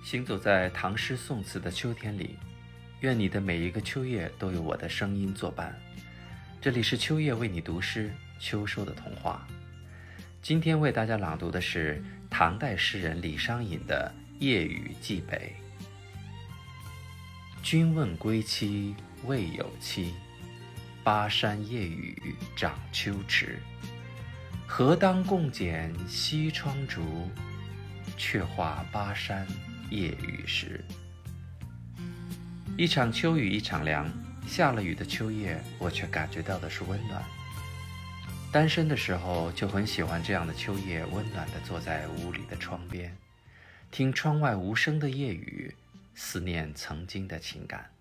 行走在唐诗宋词的秋天里，愿你的每一个秋夜都有我的声音作伴。这里是秋夜为你读诗，秋收的童话。今天为大家朗读的是唐代诗人李商隐的《夜雨寄北》。君问归期未有期，巴山夜雨涨秋池。何当共剪西窗烛，却话巴山夜雨时。一场秋雨一场凉，下了雨的秋夜，我却感觉到的是温暖。单身的时候就很喜欢这样的秋夜，温暖地坐在屋里的窗边，听窗外无声的夜雨，思念曾经的情感。